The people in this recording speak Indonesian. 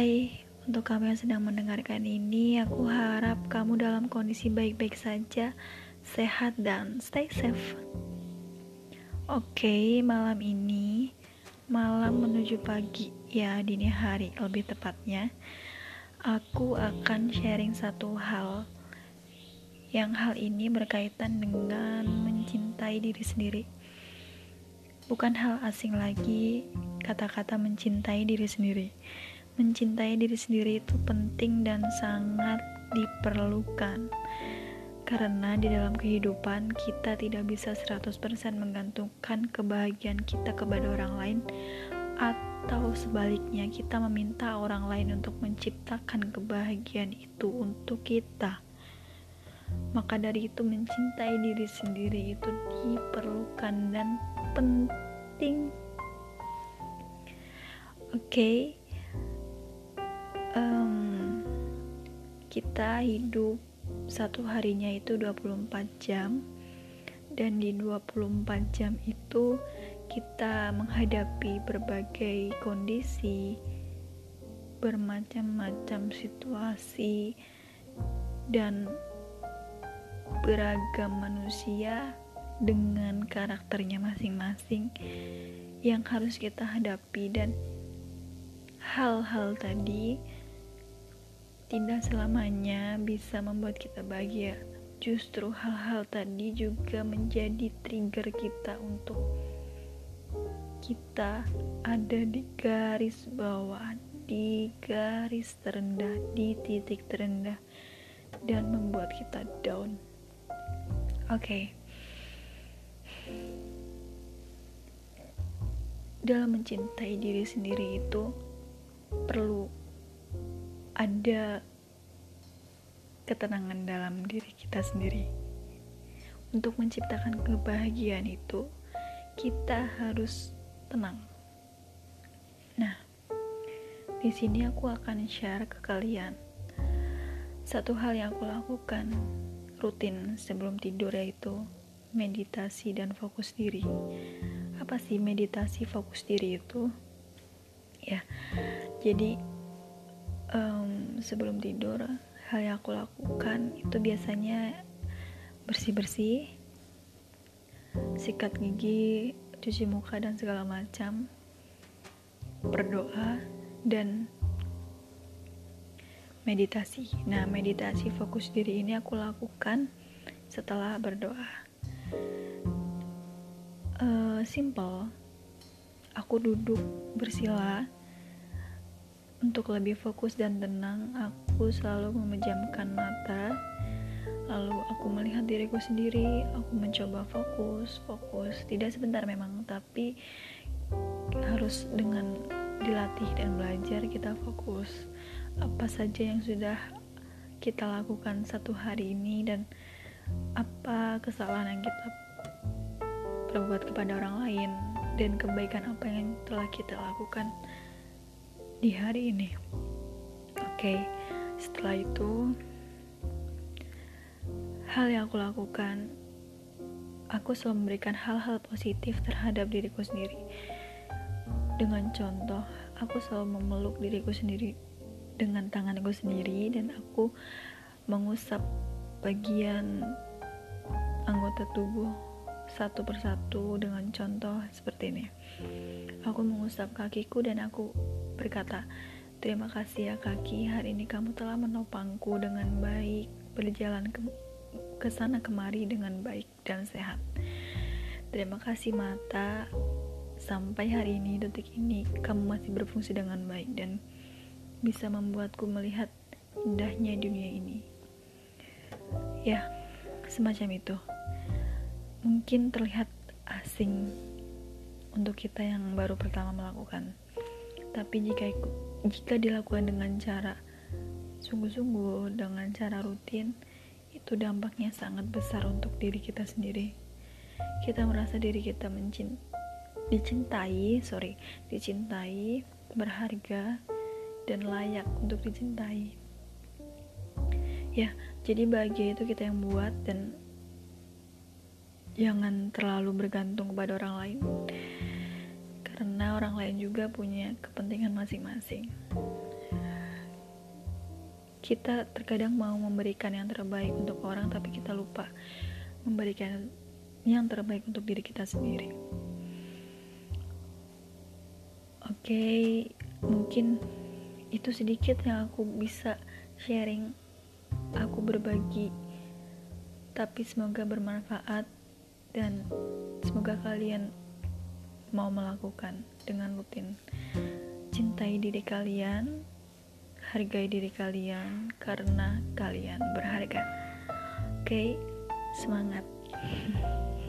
Hai, untuk kamu yang sedang mendengarkan ini, aku harap kamu dalam kondisi baik-baik saja, sehat dan stay safe. Oke, malam ini, malam menuju pagi, ya dini hari lebih tepatnya, aku akan sharing satu hal, yang hal ini berkaitan dengan mencintai diri sendiri. Bukan hal asing lagi kata-kata mencintai diri sendiri. Mencintai diri sendiri itu penting dan sangat diperlukan. Karena di dalam kehidupan kita tidak bisa 100% menggantungkan kebahagiaan kita kepada orang lain, atau sebaliknya kita meminta orang lain untuk menciptakan kebahagiaan itu untuk kita. Maka dari itu mencintai diri sendiri itu diperlukan dan penting. Oke. Kita hidup satu harinya itu 24 jam, dan di 24 jam itu kita menghadapi berbagai kondisi, bermacam-macam situasi, dan beragam manusia dengan karakternya masing-masing yang harus kita hadapi. Dan hal-hal tadi tidak selamanya bisa membuat kita bahagia. Justru hal-hal tadi juga menjadi trigger kita untuk kita ada di garis bawah, di garis terendah, di titik terendah, dan membuat kita down. Oke. Dalam mencintai diri sendiri itu perlu ada ketenangan dalam diri kita sendiri. Untuk menciptakan kebahagiaan itu, kita harus tenang. Nah, di sini aku akan share ke kalian satu hal yang aku lakukan rutin sebelum tidur, yaitu meditasi dan fokus diri. Apa sih meditasi fokus diri itu? Ya, jadi sebelum tidur, hal yang aku lakukan itu biasanya bersih-bersih, sikat gigi, cuci muka dan segala macam, berdoa, dan meditasi. Nah, meditasi fokus diri ini aku lakukan setelah berdoa. Simple. Aku duduk bersila. Untuk lebih fokus dan tenang, aku selalu memejamkan mata. Lalu aku melihat diriku sendiri. Aku mencoba fokus. Tidak sebentar memang, tapi harus dengan dilatih dan belajar kita fokus. Apa saja yang sudah kita lakukan satu hari ini, dan apa kesalahan yang kita perbuat kepada orang lain, dan kebaikan apa yang telah kita lakukan di hari ini. Oke, setelah itu hal yang aku lakukan, aku selalu memberikan hal-hal positif terhadap diriku sendiri. Dengan contoh, aku selalu memeluk diriku sendiri dengan tanganku sendiri, dan aku mengusap bagian anggota tubuh satu persatu dengan contoh seperti ini. Aku mengusap kakiku dan aku berkata, terima kasih ya kaki, hari ini kamu telah menopangku dengan baik, berjalan ke sana kemari dengan baik dan sehat. Terima kasih mata, sampai hari ini, detik ini, kamu masih berfungsi dengan baik dan bisa membuatku melihat indahnya dunia ini. Ya, semacam itu. Mungkin terlihat asing untuk kita yang baru pertama melakukan, tapi jika dilakukan dengan cara sungguh-sungguh, dengan cara rutin, itu dampaknya sangat besar untuk diri kita sendiri. Kita merasa diri kita dicintai, berharga, dan layak untuk dicintai. Ya, jadi bahagia itu kita yang buat, dan jangan terlalu bergantung kepada orang lain, karena orang lain juga punya kepentingan masing-masing. Kita terkadang mau memberikan yang terbaik untuk orang, tapi kita lupa memberikan yang terbaik untuk diri kita sendiri. Oke, mungkin itu sedikit yang aku bisa sharing, aku berbagi, tapi semoga bermanfaat dan semoga kalian mau melakukan dengan rutin. Cintai diri kalian, hargai diri kalian karena kalian berharga. Oke, semangat.